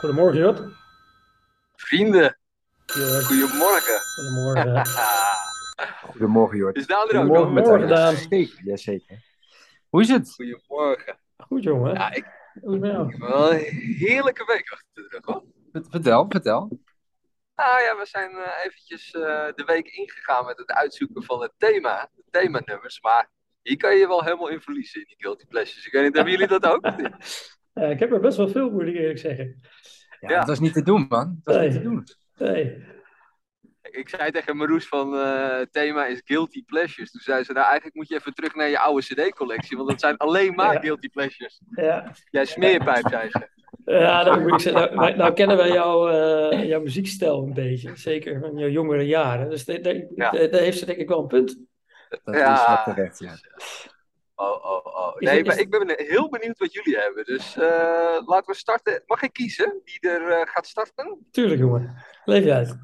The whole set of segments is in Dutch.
Goedemorgen, Jot. Vrienden, Jort, goedemorgen. goedemorgen. Goedemorgen, Jort. Is Daan er ook Goedemorgen, nog? Goedemorgen, Matthijs. Daan. Zeker, jazeker. Hoe is het? Goedemorgen. Goed, jongen. Ja, ik Hoe is het met jou? heb wel een heerlijke week achter de rug, hoor. Vertel. Nou ja, we zijn eventjes de week ingegaan met het uitzoeken van het thema, de themanummers. Maar hier kan je je wel helemaal in verliezen in die Guilty Pleasures. Ik weet niet, hebben jullie dat ook? Ik heb er best wel veel, moet ik eerlijk zeggen. Ja, dat Ja, was niet te doen, man. Dat was niet te Nee, doen. nee. ik zei tegen Maroes van het thema is Guilty Pleasures. Toen zei ze, nou eigenlijk moet je even terug naar je oude cd-collectie, want dat zijn alleen maar Ja, Guilty Pleasures. ja. Jij smeerpijp, zei ze. Ja, dat moet ik zeggen. Nou kennen wij jouw muziekstijl een beetje. Zeker van jouw jongere jaren. Dus Ja, daar heeft ze denk ik wel een punt. Dat is wat ja. terecht, ja. Oh. Is Nee, het, maar is, ik ben heel benieuwd wat jullie hebben. Dus laten we starten. Mag ik kiezen wie er gaat starten? Tuurlijk, jongen. Leef je uit.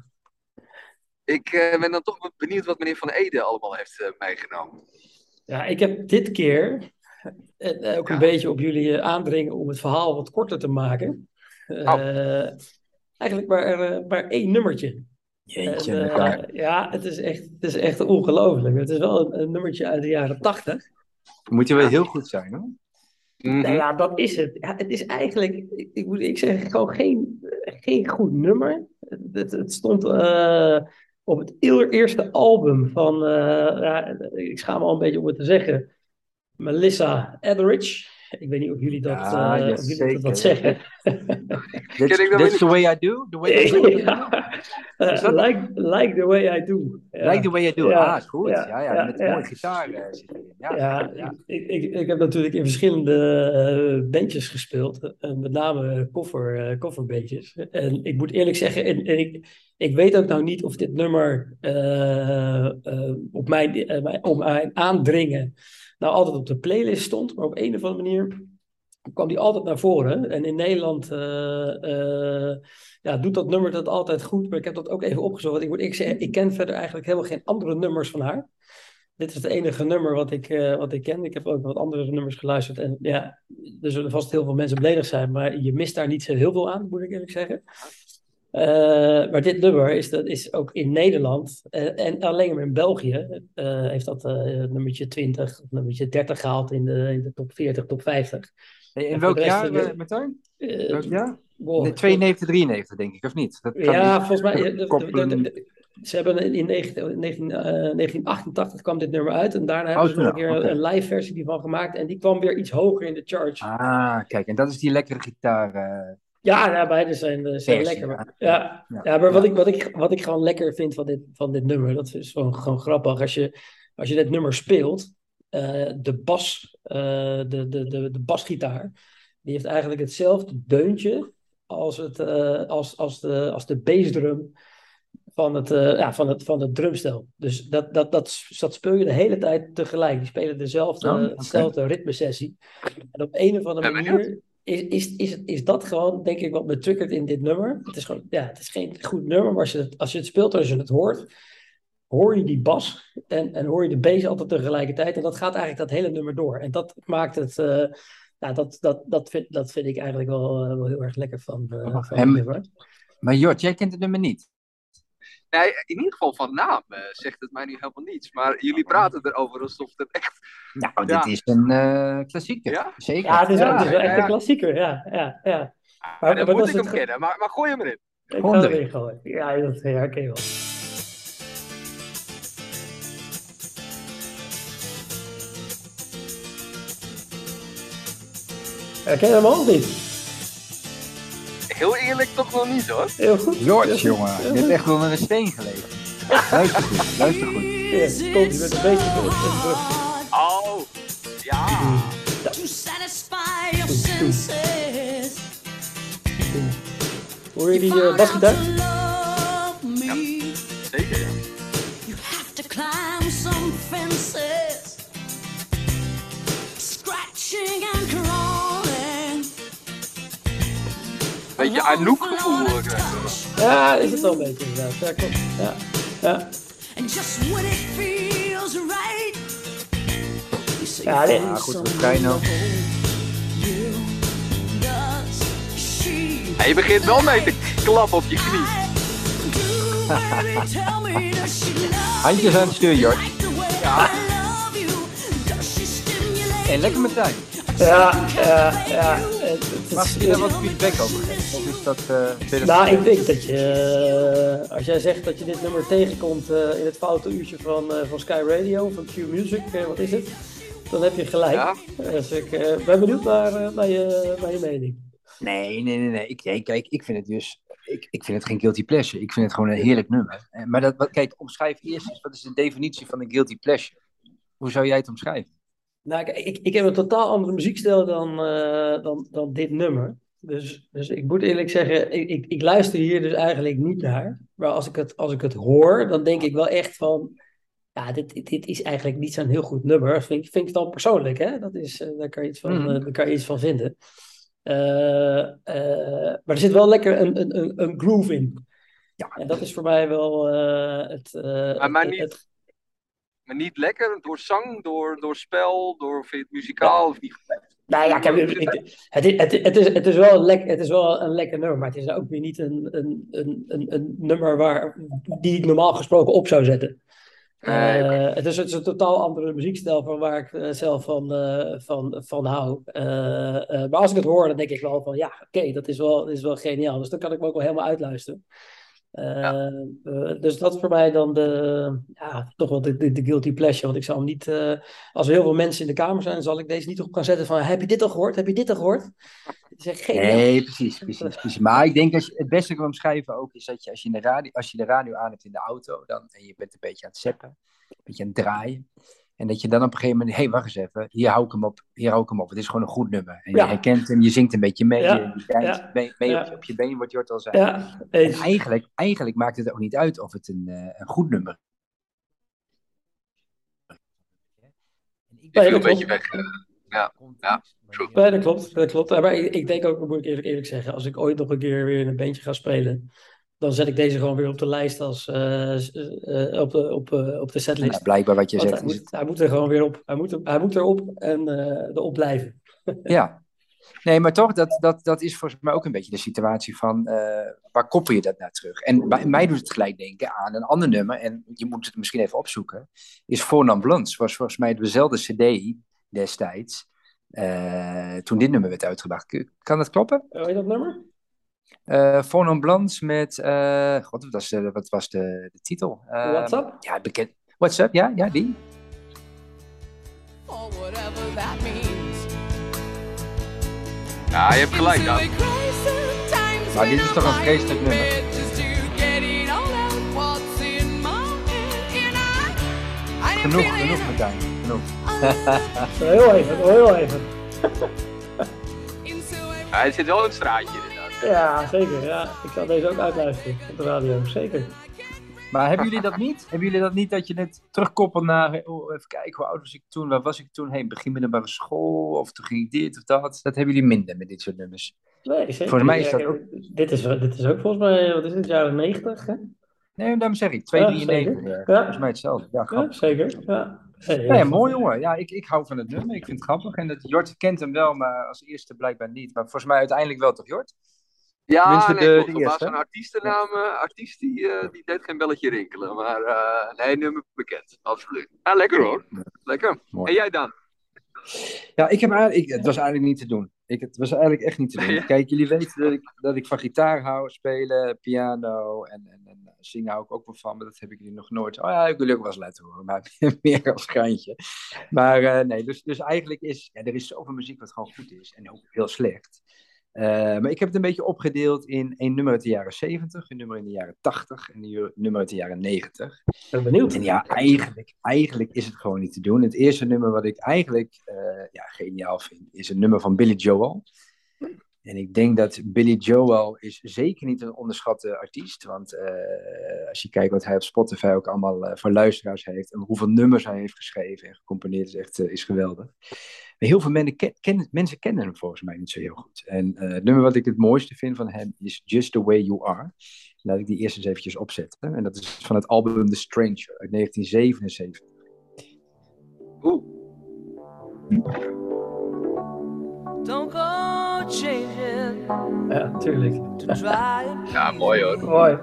Ik ben dan toch benieuwd wat meneer Van Ede allemaal heeft meegenomen. Ja, ik heb dit keer ook een Ja. beetje op jullie aandringen om het verhaal wat korter te maken. Oh, Eh, Eigenlijk maar één nummertje. En Jeetje, met elkaar. ja, het is echt ongelooflijk. Het is wel een nummertje uit de jaren 80. Moet je wel ja. heel goed zijn, hoor. Nou Mhm. ja, dat is het. Ja, het is eigenlijk, ik zeg gewoon geen goed nummer. Het stond op het eerste album van, ja, ik schaam me al een beetje om het te zeggen, Melissa Etheridge. Ik weet niet Ja, of jullie dat wat jazeker. zeggen. Ken ik dat weer That's the niet? way I do? The way I do? Ja. Is dat? Like the way I do. Like the Ja, way I do. Ah, ja, is goed. ja, Ja, ja, met mooie ja. gitaar zit erin. Ja, Ja, ja. ik heb natuurlijk in verschillende bandjes gespeeld. Met name coverbandjes. En ik moet eerlijk zeggen, en ik weet ook nou niet of dit nummer op mijn aandringen nou altijd op de playlist stond. Maar op een of andere manier kwam die altijd naar voren. En in Nederland ja, doet dat nummer dat altijd goed. Maar ik heb dat ook even opgezocht. Want ik zeggen, ik ken verder eigenlijk helemaal geen andere nummers van haar. Dit is het enige nummer wat ik ken. Ik heb ook wat andere nummers geluisterd. En ja, er zullen vast heel veel mensen beledigd zijn. Maar je mist daar niet zo heel veel aan, moet ik eerlijk zeggen. Maar dit nummer is ook in Nederland en alleen maar in België heeft dat nummertje 20 of nummertje 30 gehaald in de top 40, top 50. Hey, in En voor welk de rest jaar, van de Martijn? eh, Welk jaar? wow, 92, 93, denk ik, of niet? Dat kan ja, niet. volgens mij, Koppelen. ze hebben in 1988 kwam dit nummer uit en daarna hebben Oh, ze toen nog een al. keer Oké. een live versie van gemaakt en die kwam weer iets hoger in de charts. Ah, kijk, en dat is die lekkere gitaar Ja, beide zijn versie. lekker. Maar, Ja, ja, ja, ja, ja, maar ja. wat ik gewoon lekker vind van dit nummer, dat is gewoon grappig. Als je dit nummer speelt, de bas, de basgitaar, die heeft eigenlijk hetzelfde deuntje als de bassdrum van het drumstel. Dus dat speel je de hele tijd tegelijk. Die spelen Oh, oké. hetzelfde ritmesessie. En op een of andere Ben benieuwd. manier is dat gewoon, denk ik, wat me triggert in dit nummer. Het is gewoon, ja, het is geen goed nummer, maar als je het speelt, als je het hoort, hoor je die bas en hoor je de bass altijd tegelijkertijd. En dat gaat eigenlijk dat hele nummer door. En dat maakt het, nou, dat vind ik eigenlijk wel heel erg lekker van het nummer. Maar Jort, jij kent het nummer niet. Nee, in ieder geval van naam zegt het mij nu helemaal niets. Maar jullie praten erover alsof het echt... Nou, dit Ja, is een klassieker. ja? Zeker. Ja, het is Ja, wel Ja, echt een ja. klassieker, ja. Dan Maar dat moet is ik hem het. kennen. Maar gooi hem erin. Ik gewoon ga erin. erin gooien. Ja, dat herken je wel. Herken je hem al of niet? Heel eerlijk toch nog niet, hoor. Heel goed. Jort, Heel goed. jongen. Je hebt echt wel onder een steen gelegen. Luister goed, luister goed. Ja, komt ie met een beetje van het terug. Oh, ja. To satisfy your senses. Hoor je die Find out basgitaar? to love me. Zeker, ja. You have to climb some fences. Scratching and crawling. Beetje Anouk gevoel krijg ik. Ja, is het wel een beetje inderdaad. Ja, klopt. Ja. And just when it feels right. You say Ja, find goed, someone refrein nou. to hold you. Does she Ja, je begint wel mee te klappen op je knie. Handjes aan het stuur, Jort. Ja. En lekker Martijn. Ja. Mag je daar wat feedback over geven? Of is dat... Nou, ik denk dat je, als jij zegt dat je dit nummer tegenkomt in het foute uurtje van Sky Radio, van Q Music, wat is het? Dan heb je gelijk. Ja. Dus ik ben benieuwd naar je mening. Nee. Kijk, ik vind het dus... Ik vind het geen guilty pleasure. Ik vind het gewoon een heerlijk nummer. Maar kijk, omschrijf eerst eens, wat is de definitie van een guilty pleasure? Hoe zou jij het omschrijven? Nou, ik heb een totaal andere muziekstijl dan dit nummer. Dus ik moet eerlijk zeggen, ik luister hier dus eigenlijk niet naar. Maar als ik het hoor, dan denk ik wel echt van... Ja, dit is eigenlijk niet zo'n heel goed nummer. Vind ik dan persoonlijk, hè? Dat is, daar kan je iets van vinden. Maar er zit wel lekker een groove in. Ja. En dat is voor mij wel Maar niet lekker door zang, door spel, vind je het muzikaal of niet? Nou ja, het is wel een lekker nummer, maar het is ook weer niet een nummer die ik normaal gesproken op zou zetten. Nee, Het is een totaal andere muziekstijl van waar ik zelf van hou. Maar als ik het hoor, dan denk ik wel van ja, oké, dat is wel geniaal. Dus dan kan ik me ook wel helemaal uitluisteren. Dus dat is voor mij dan toch wel de guilty pleasure. Want ik zou hem niet, als er heel veel mensen in de kamer zijn, zal ik deze niet op gaan zetten van heb je dit al gehoord? Heb je dit al gehoord? Het is echt geniaal. Nee, precies. Maar ik denk dat het beste kan omschrijven ook is dat als je de radio aan hebt in de auto en je bent een beetje aan het zappen, een beetje aan het draaien. En dat je dan op een gegeven moment, wacht eens even, hier hou ik hem op. Het is gewoon een goed nummer. En je herkent hem, je zingt een beetje mee, je danst op je been, wat Jort al zei. Ja, en eigenlijk maakt het ook niet uit of het een goed nummer is. Ik viel een beetje weg. Ja. Nee, dat klopt. Maar ik denk ook, moet ik eerlijk zeggen, als ik ooit nog een keer weer in een bandje ga spelen, dan zet ik deze gewoon weer op de lijst als op de setlist. Ja, blijkbaar wat je zegt. Hij moet er gewoon weer op. Hij moet erop en erop blijven. Ja. Nee, maar toch, dat is volgens mij ook een beetje de situatie van waar koppel je dat naar terug? En bij mij doet het gelijk denken aan een ander nummer, en je moet het misschien even opzoeken, is Four Non Blondes. Was volgens mij dezelfde cd destijds, toen dit nummer werd uitgebracht. Kan dat kloppen? Weet je dat nummer? Four Non Blondes met, wat was de titel? What's Up? Ja, bekend. What's Up, ja, die. Or whatever that means. Ja, je hebt gelijk dan. Maar dit is toch een vreselijk nummer? Genoeg Martijn, genoeg. Heel even. Ja, het zit wel in het straatje inderdaad. Ja, zeker. Ja. Ik zal deze ook uitluisteren op de radio, zeker. Maar hebben jullie dat niet? Hebben jullie dat niet dat je net terugkoppelt naar, even kijken, hoe oud was ik toen? Waar was ik toen? Hey, begin middelbare school, of toen ging ik dit of dat. Dat hebben jullie minder met dit soort nummers. Nee, zeker. Volgens mij is dat ook... Dit is ook volgens mij, wat is het, jaren 90, hè? Nee, daarom zeg ik, 2,93. Ja. Volgens mij hetzelfde. Ja, grappig. Ja, zeker. Ja. Ja, mooi jongen. Ja, ik hou van het nummer. Ik vind het grappig. En Jort kent hem wel, maar als eerste blijkbaar niet. Maar volgens mij uiteindelijk wel, toch Jort? Ja, de klopt. Maar eerste. zo'n artiest die deed geen belletje rinkelen. Maar nee, nummer bekend. Absoluut. Ja, lekker hoor. Lekker. Mooi. En jij dan? Ja, het was eigenlijk niet te doen. Het was eigenlijk echt niet te doen. Ja. Kijk, jullie weten dat ik van gitaar hou, spelen, piano en zingen hou ik ook wel van, maar dat heb ik jullie nog nooit. Oh ja, ik wil jullie ook wel eens laten horen, maar meer als geintje. Maar nee, dus eigenlijk er is zoveel muziek wat gewoon goed is en ook heel slecht. Maar ik heb het een beetje opgedeeld in een nummer uit de jaren 70, een nummer in de jaren 80 en een nummer uit de jaren 90. Ik ben benieuwd. En ja, eigenlijk is het gewoon niet te doen. Het eerste nummer wat ik eigenlijk geniaal vind, is een nummer van Billy Joel. En ik denk dat Billy Joel is zeker niet een onderschatte artiest. Want als je kijkt wat hij op Spotify ook allemaal voor luisteraars heeft. En hoeveel nummers hij heeft geschreven en gecomponeerd is geweldig. Maar heel veel mensen kennen hem volgens mij niet zo heel goed. En het nummer wat ik het mooiste vind van hem is Just The Way You Are. Laat ik die eerst eens eventjes opzetten. En dat is van het album The Stranger uit 1977. Oeh. Don't go changing. Ja, tuurlijk. trying. Ja, mooi hoor. Mooi.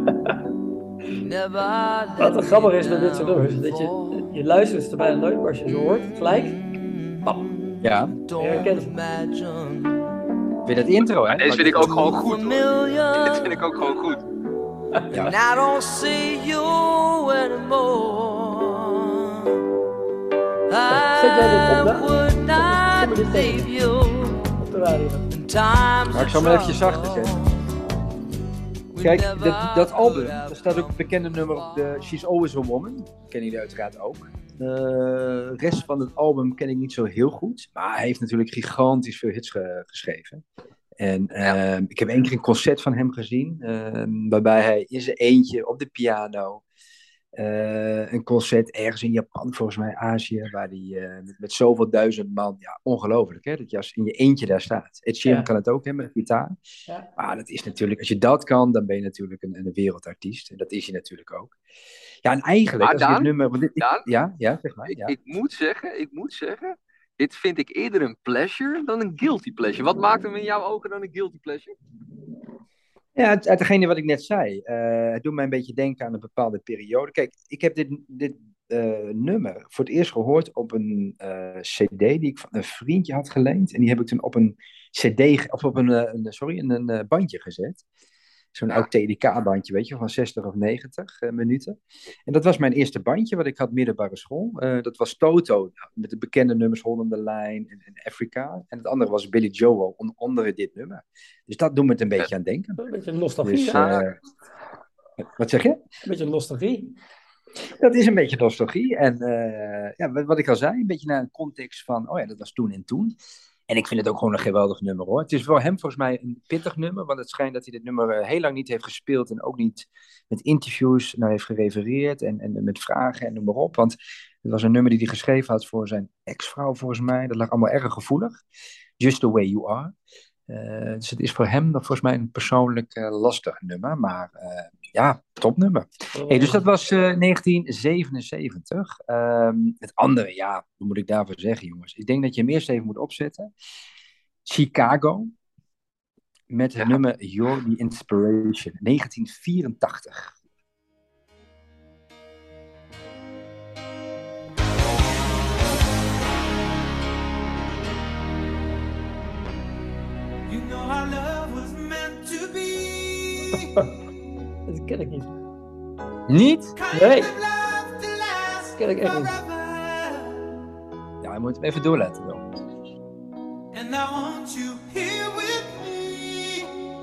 Never Wat let er grappig me is met dit soort nummers, dat je luistert het er bijna nooit, maar als je ze hoort, gelijk, pap, Ja, je herkent het. imagine weer dat intro, hè? Deze vind ik ook gewoon goed hoor. Dit familiar. vind ik ook gewoon goed. Ja. And I don't see you anymore. Zet jij dit op, I hè? would Kom not je dit tegen? leave you Op de radio. in times Maar ik of zal hem even zachter trouble. zetten. We Kijk, never dat album, could daar have staat ook een bekende nummer op de She's Always a Woman. Kennen jullie uiteraard ook. De rest van het album ken ik niet zo heel goed. Maar hij heeft natuurlijk gigantisch veel hits geschreven. En ik heb één keer een concert van hem gezien. Waarbij hij in zijn eentje op de piano. Een concert ergens in Japan, volgens mij Azië. Waar hij met zoveel duizend man. Ja, ongelooflijk hè. Dat je als in je eentje daar staat. Ed Sheeran Ja. kan het ook hè, met gitaar. Ja. Maar dat is natuurlijk, als je dat kan, dan ben je natuurlijk een wereldartiest. En dat is hij natuurlijk ook. Ja, en eigenlijk, Maar als ik Daan, dit nummer... want Daan? Ja, zeg maar. Ja. Ik moet zeggen, dit vind ik eerder een pleasure dan een guilty pleasure. Wat maakt hem in jouw ogen dan een guilty pleasure? Ja, uit degene wat ik net zei. Het doet mij een beetje denken aan een bepaalde periode. Kijk, ik heb dit nummer voor het eerst gehoord op een CD die ik van een vriendje had geleend. En die heb ik toen op een CD, of op een bandje gezet. Zo'n oud TDK-bandje, weet je, van 60 of 90 minuten. En dat was mijn eerste bandje wat ik had middelbare school. Dat was Toto, met de bekende nummers Hold on the Line en Africa. En het andere was Billy Joel, onder dit nummer. Dus dat doet me het een beetje aan denken. Een beetje nostalgie. Dus, hè? wat zeg je? Een beetje nostalgie. Dat is een beetje nostalgie. En ja, wat ik al zei, een beetje naar een context van, oh ja, dat was toen en toen. En ik vind het ook gewoon een geweldig nummer hoor. Het is voor hem volgens mij een pittig nummer, want het schijnt dat hij dit nummer heel lang niet heeft gespeeld en ook niet met interviews naar heeft gerefereerd en met vragen en noem maar op. Want het was een nummer die hij geschreven had voor zijn ex-vrouw volgens mij. Dat lag allemaal erg gevoelig. Just the way you are. Dus het is voor hem nog volgens mij een persoonlijk lastig nummer, maar ja, topnummer. Hey, dus dat was 1977. Het andere, ja, wat moet ik daarvoor zeggen, jongens? Ik denk dat je hem eerst even moet opzetten. Chicago, met het nummer You're the Inspiration, 1984. You know our love was meant to be. Dat ken ik niet. Niet? Nee. Kind of love to last Ken ik echt niet. forever. Ja, je moet hem even doorletten wel. And I want you here with me.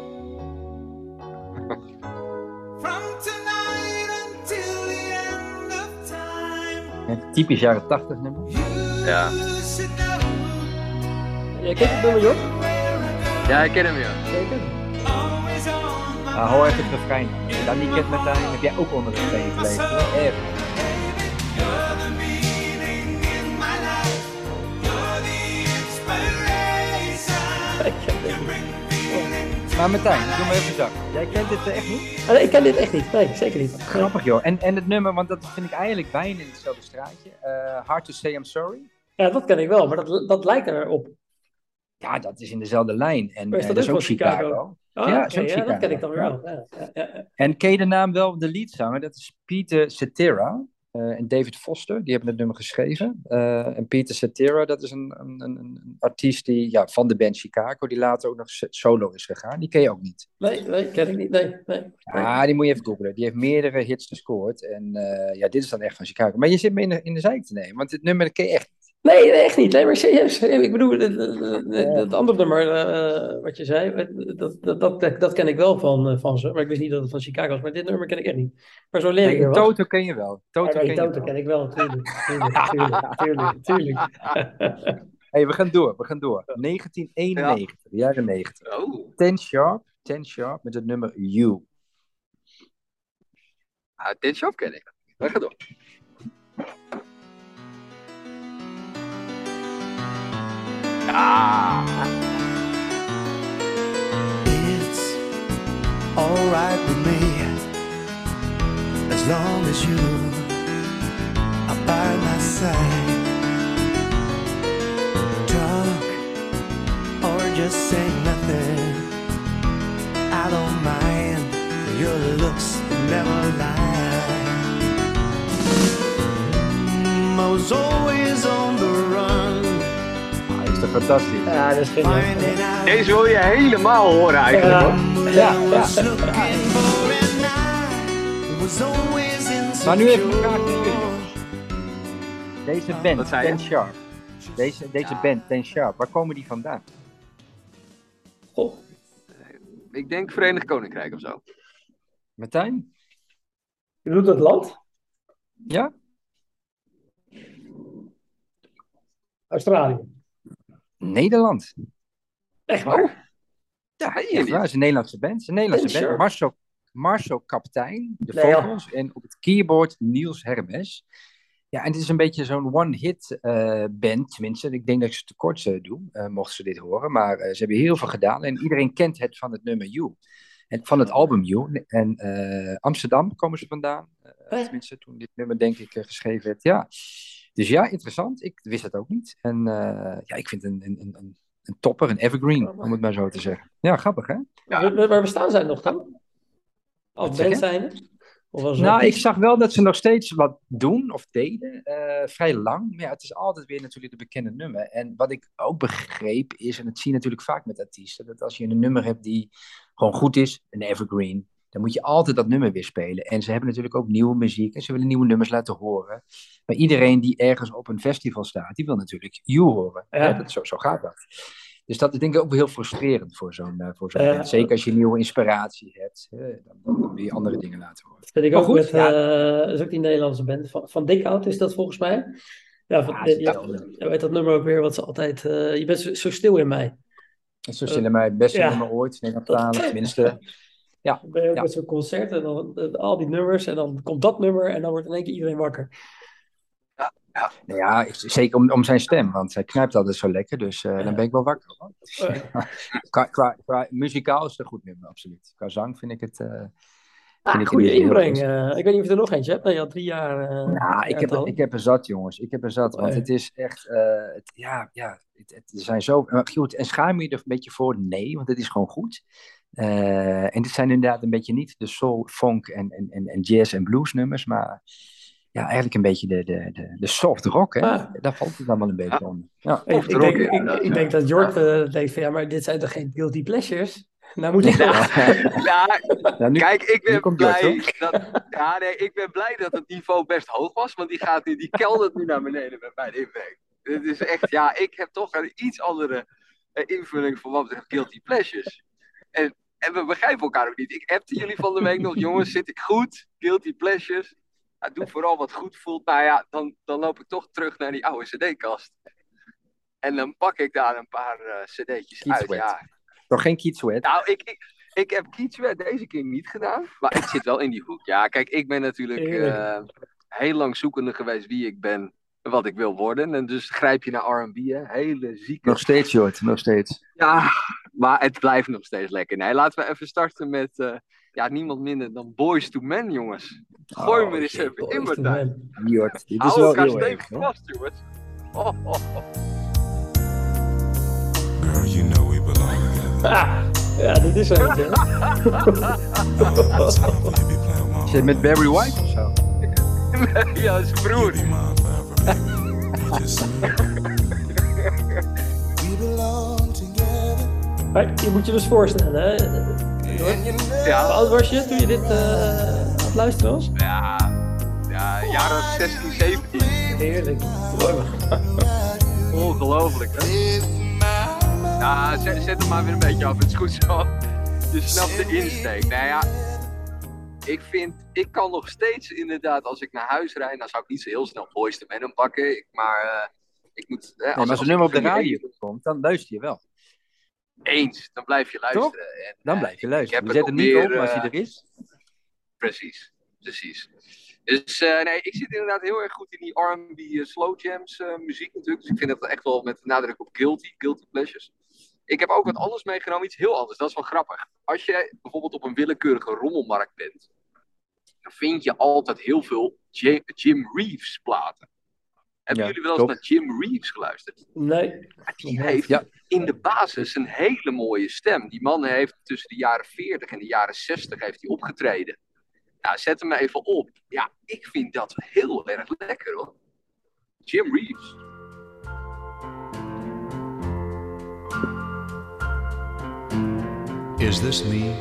From tonight until the end of time. Een typisch jaren 80 nummer. Ja. You should know Jij kent het nummer, joh? Ja, ik ken hem, ja. Ja, ik ken het. always on my Hoor even het refrein. Als je dat niet kent, Martijn, heb jij ook onder het refrein gelezen. Echt. You're the meaning in my life. You're the inspiration. Ik ken dit You niet. bring feeling to Maar Martijn, doe maar even zacht. Jij kent dit echt niet? Ah, nee, ik ken dit echt niet. Nee, zeker niet. Grappig joh. En het nummer, want dat vind ik eigenlijk bijna in hetzelfde straatje. Hard to Say I'm Sorry. Ja, dat ken ik wel, maar dat lijkt erop. Ja, dat is in dezelfde lijn. En Maar is dat dat is ook ook van Chicago. Chicago? Ja, Ja, is ook dat Chicago. ken ik dan weer wel. Ja, ja. En ken je de naam wel, de leadzanger? Dat is Peter Cetera. En David Foster, die hebben het nummer geschreven. En Peter Cetera, dat is een artiest die, ja, van de band Chicago, die later ook nog solo is gegaan. Die ken je ook niet. Nee, ken ik niet. Nee. Ah, die moet je even googlen. Die heeft meerdere hits gescoord. En ja, dit is dan echt van Chicago. Maar je zit me in de zeik te nemen, want dit nummer ken je echt niet. Nee, echt niet. Nee, maar serieus. Ik bedoel, het andere nummer wat je zei, dat ken ik wel van ze. Maar ik wist niet dat het van Chicago was. Maar dit nummer ken ik echt niet. Maar zo leer ik Nee, weer wat. Toto ken je wel. Toto Nee, ken je Toto wel. ken ik wel, tuurlijk. Hey, we gaan door. 1991, de jaren 90. Oh. 10 Sharp met het nummer You. Ah, dit shop ken ik. We gaan door. Ah. It's alright with me as long as you are by my side. Talk or just say nothing. I don't Caroline. I was always on the run, Is dat fantastisch. Ja, dat is geniaal. finding out Deze wil je helemaal horen eigenlijk. hoor. Ja, I was looking for and I was always Maar nu even een insecure. vraag aan jullie, jongens. Deze band, Wat zei je? Dan Sharp. Deze band, Dan Sharp, waar komen die vandaan? Goh. Ik denk Verenigd Koninkrijk of zo. Martijn? Je bedoelt dat land? Ja? Australië. Nederland. Echt waar? Ja, Meen je echt niet? waar. Het is een Nederlandse band. Het is een Nederlandse Dan band. Sharp. Marcel Kaptein, de Nee, joh. vocals. En op het keyboard Niels Hermes. Ja, en het is een beetje zo'n one-hit band. Tenminste, ik denk dat ik ze tekort doe, mochten ze dit horen. Maar ze hebben heel veel gedaan. En iedereen kent het van het nummer You. En van het album You. En Amsterdam komen ze vandaan. Tenminste, toen dit nummer denk ik geschreven werd. Ja. Dus ja, interessant. Ik wist het ook niet. En ja, ik vind het een topper, een evergreen, om het maar zo te zeggen. Ja, grappig hè? Waar bestaan zij nog dan? Als Wat zeg band je? zijnde? Of als Nou, ik artiest? zag wel dat ze nog steeds wat doen of deden, vrij lang. Maar ja, het is altijd weer natuurlijk de bekende nummer. En wat ik ook begreep is, en dat zie je natuurlijk vaak met artiesten, dat als je een nummer hebt die gewoon goed is, een evergreen, dan moet je altijd dat nummer weer spelen. En ze hebben natuurlijk ook nieuwe muziek en ze willen nieuwe nummers laten horen. Maar iedereen die ergens op een festival staat, die wil natuurlijk You horen. Ja. Hè, zo gaat dat. Dus dat is denk ik ook wel heel frustrerend voor zo'n Ja. band. Zeker als je nieuwe inspiratie hebt, dan wil je andere dingen laten horen. Dat vind ik Maar ook goed, met, ja. dat is ook die Nederlandse band. Van Dikhout is dat volgens mij. Ja, Ja, het is ja, weet dat nummer ook weer, wat ze altijd... je bent zo stil in mij. En zo stellen mij het beste Ja. nummer ooit, 9/12, tenminste. Ja, Dan ben je ook Ja. met zo'n concert en dan al die nummers en dan komt dat nummer en dan wordt in één keer iedereen wakker. nou ja, zeker om zijn stem, want hij knijpt altijd zo lekker, dus dan ben ik wel wakker. Hoor. Qua muzikaal is het een goed nummer, absoluut. Qua zang vind ik het... vind ik Goede het heel inbreng. goed. Ik weet niet of je er nog eentje hebt. Nee, je had 3 jaar. Nou, ik heb er zat, jongens. Ik heb er zat, want Oh, ja. het is echt... er zijn zo... goed, en schaam je er een beetje voor? Nee, want het is gewoon goed. En dit zijn inderdaad een beetje niet de soul, funk en jazz en blues nummers, maar ja, eigenlijk een beetje de soft rock, hè? Ah. Daar valt het allemaal een beetje onder. Ja. Ik, Of ik, rock, denk, inderdaad, ik ja. denk dat Jort denkt van ja, maar dit zijn toch geen guilty pleasures? Nou moet ik Ja, wel. nou, Nu- kijk, ik nu ben komt Jort, blij ik ben blij dat het niveau best hoog was, want die keldert nu naar beneden met mijn inbreng. Het is echt, ja, ik heb toch een iets andere invulling voor wat betreft guilty pleasures. En we begrijpen elkaar ook niet. Ik appte jullie van de week nog, jongens, zit ik goed? Guilty pleasures. Ja, doe vooral wat goed voelt. Nou ja, dan loop ik toch terug naar die oude cd-kast. En dan pak ik daar een paar cd'tjes Keith uit. Sweat. Ja. Nog geen Keith Sweat. Nou, ik heb Keith Sweat deze keer niet gedaan. Maar ik zit wel in die hoek. Ja, kijk, ik ben natuurlijk Heerlijk. heel lang zoekende geweest wie ik ben en wat ik wil worden. En dus grijp je naar R&B, hè. Hele zieke... Nog steeds, Jort, nog steeds. Ja, maar het blijft nog steeds lekker. Nee, laten we even starten met niemand minder dan Boyz II Men, jongens. Gooi me er eens even in, Boyz II Martijn. Men. Jort, dit is Hou wel elkaar heel stevig erg, hoor. vast, jongens. Oh, oh, oh. Girl, you know we belong together. Ah, ja, dit is er eentje. hè? It's time for you to be playing one. Is het met Barry White of zo? Ja, dat is zijn broer. Be mine forever, baby. We just we belong together. Maar je moet je dus voorstellen, hè? And you know Hoe Ja, oud was je toen je dit aan het luisteren was? ja, jaren 16, 17. Heerlijk. Mooi man. Ongelooflijk, hè? Ja, zet hem maar weer een beetje af. Het is goed zo. Je snapt de insteek. Nou ja, ik kan nog steeds inderdaad, als ik naar huis rijd, dan zou ik niet zo heel snel Boyz II Men pakken. Ik moet... Nee, maar als een nummer op de radio komt, dan luister je wel. Eens, dan blijf je luisteren. En, Dan blijf je luisteren. ik Je heb zet het hem nog niet meer, op, maar als hij er is. Precies. Dus nee, ik zit inderdaad heel erg goed in die R&B slow jams muziek natuurlijk. Dus ik vind dat echt wel met nadruk op guilty pleasures. Ik heb ook wat anders meegenomen, iets heel anders. Dat is wel grappig. Als je bijvoorbeeld op een willekeurige rommelmarkt bent, dan vind je altijd heel veel Jim Reeves platen. Hebben Ja, jullie wel eens klopt. naar Jim Reeves geluisterd? Nee. Die heeft Ja. in de basis een hele mooie stem. Die man heeft tussen de jaren 40 en de jaren 60 heeft hij opgetreden. Ja, zet hem even op. Ja, ik vind dat heel erg lekker hoor. Jim Reeves. Is this me?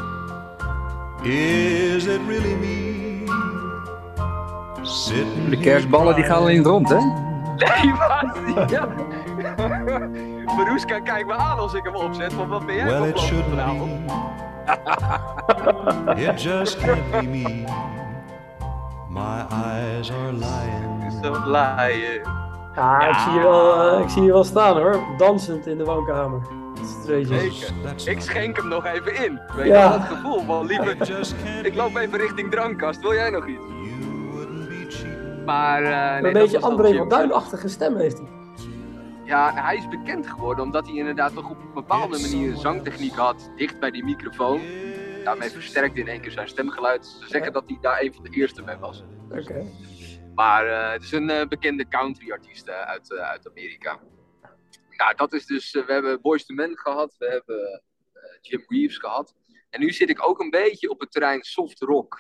Is it really me? Sitting De kerstballen die gaan al in het rond, hè? Nee, maar ja. Maruska kijkt me aan als ik hem opzet. Van wat ben jij well, van it plan shouldn't vanavond? be. It just can't be me. My eyes are lying. Zo laaien. Ja, ik zie je wel staan hoor. Dansend in de woonkamer. Streetjes. Zeker. Ik schenk hem nog even in. Weet je Ja. wel, dat gevoel van It lieve. just can't Ik loop be. even richting drankkast. Wil jij nog iets? You wouldn't be cheating. Maar nee, Een dat beetje was dan André Jim. van Duin-achtige stem heeft hij. Ja, hij is bekend geworden omdat hij inderdaad toch op een bepaalde manier een zangtechniek had. Dicht bij die microfoon. Daarmee versterkte in één keer zijn stemgeluid. Ze zeggen dat hij daar een van de eerste mee was. Oké. Maar het is een bekende country-artiest uit Amerika. Nou, dat is dus... we hebben Boyz II Men gehad. We hebben Jim Reeves gehad. En nu zit ik ook een beetje op het terrein soft rock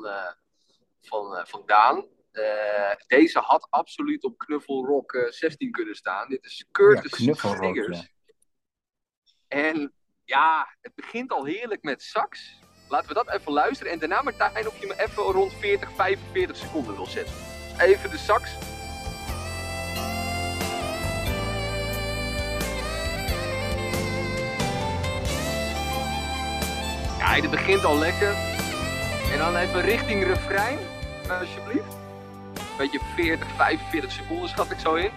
van Daan. Deze had absoluut op knuffelrock 16 kunnen staan. Dit is Curtis knuffelrock, Stingers. ja. En ja, het begint al heerlijk met sax. Laten we dat even luisteren. En daarna Martijn, of je me even rond 40, 45 seconden wil zetten. Even de sax. Ja, dit begint al lekker. En dan even richting refrein, alsjeblieft. Beetje 40, 45 seconden schat ik zo in.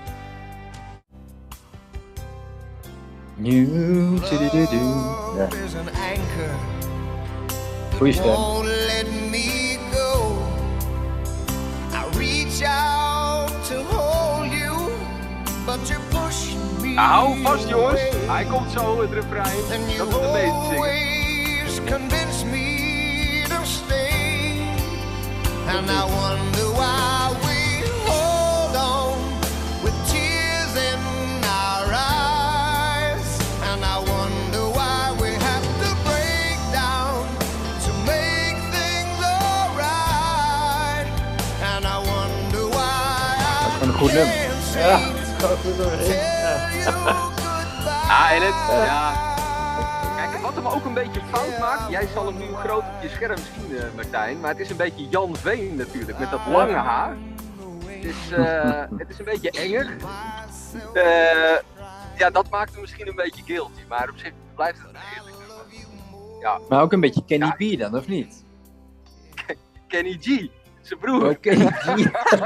New to the do. Ja, Love is an anchor. goeie stem. Won't let me go. I reach out to hold you, but you push me. Nou, hou vast jongens. away. Hij komt zo, het refrein. And you Dat is de meeste zingen. always convince me to stay. And I wonder why we hold on with tears in our eyes. And I wonder why we have to break down to make things alright. And I wonder why Dat is gewoon een goed nummer. Ja, het is gewoon goed doorheen. Ja. Ah, en het, ja. Kijk, wat hem ook een beetje fout maakt, jij zal hem nu groot op je scherm zien, Martijn, maar het is een beetje Jan Veen natuurlijk, met dat lange haar. Het is een beetje enger. Ja, dat maakt hem misschien een beetje guilty, maar op zich blijft het een heerlijk nummer. Ja, Maar ook een beetje Kenny Ja. B dan, of niet? Kenny G, zijn broer. Oh, Kenny B.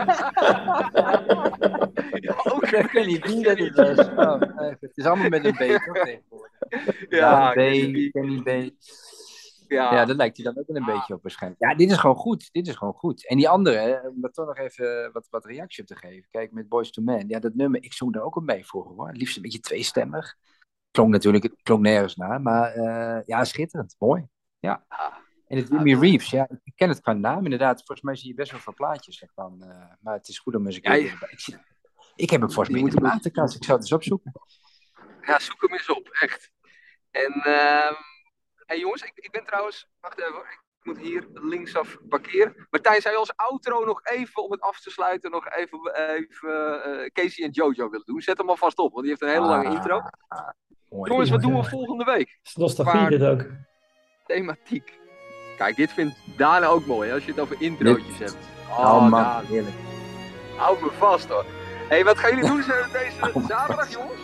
Ja, ook Kenny B, dat is dus. Oh, nee, het is allemaal met een B, toch, tegenwoordig? Ja, B, Kenny B. Kenny B. Ja. Ja, daar lijkt hij dan ook wel een beetje op waarschijnlijk. Ja, dit is gewoon goed. Dit is gewoon goed. En die andere, hè, om daar toch nog even wat reactie op te geven. Kijk, met Boyz II Men. Ja, dat nummer, ik zong daar ook al mee voor, hoor. Liefst een beetje tweestemmig. Het klonk nergens naar. Maar ja, schitterend. Mooi. Ja. En het Jimmy Reeves, ja, ik ken het qua naam inderdaad. Volgens mij zie je best wel veel plaatjes ervan. Maar het is goed om eens een keer... Ja, Ik heb hem volgens mij in de platenkast. Ik zou het eens opzoeken. Ja, zoek hem eens op, echt. En, hey jongens, ik ben trouwens, wacht even hoor, ik moet hier linksaf parkeren. Martijn, zou je als outro nog even, om het af te sluiten, nog even Casey en Jojo willen doen? Zet hem alvast op, want die heeft een hele lange intro. Mooi. Jongens, wat doen we ja. volgende week? Is nostalgie dit ook. Thematiek. Kijk, dit vindt Daan ook mooi, hè, als je het over introotjes hebt. Oh man, Daan, heerlijk. hou me vast hoor. Hey, wat gaan jullie doen deze zaterdag, jongens?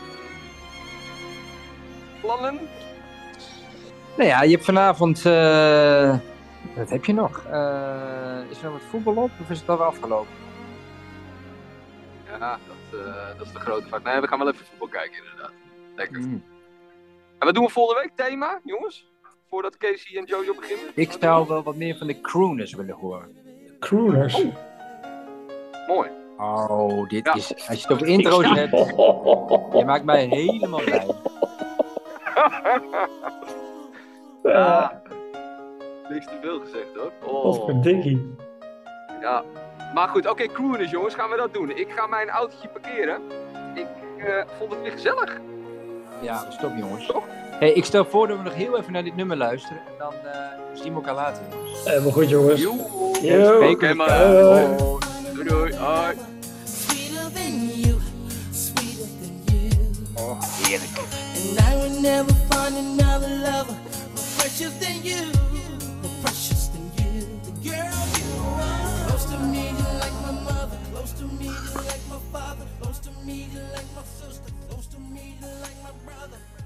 Plannen? Nou ja, je hebt vanavond... wat heb je nog? Is er nog wat voetbal op of is het alweer afgelopen? Ja, dat is de grote vraag. Nee, we gaan wel even voetbal kijken inderdaad. Lekker. Mm. En wat doen we volgende week? Thema, jongens? Voordat Casey en Jojo beginnen? Ik zou wel wat meer van de crooners willen horen. Crooners. Mooi. Oh, dit Ja. is... Als je het over intro's hebt, je maakt mij helemaal blij. Ja. Niks te veel gezegd hoor. Wat voor dikkie. Ja. Maar goed, oké, crooners jongens, gaan we dat doen. Ik ga mijn autootje parkeren. Ik vond het weer gezellig. Ja, stop jongens. Hey, ik stel voor dat we nog heel even naar dit nummer luisteren. En dan zien we elkaar later. Maar goed jongens. Joe. Yo. Oké, man. Hoi. Doei, doei. Hoi. Sweeter than you, sweeter than you. Oh, heerlijk. And I would never find another lover more precious than you, more precious than you. The girl you are. Close to me, you like my mother. Close to me, you like my father. Close to me, you like my sister. Close to me, you like my brother.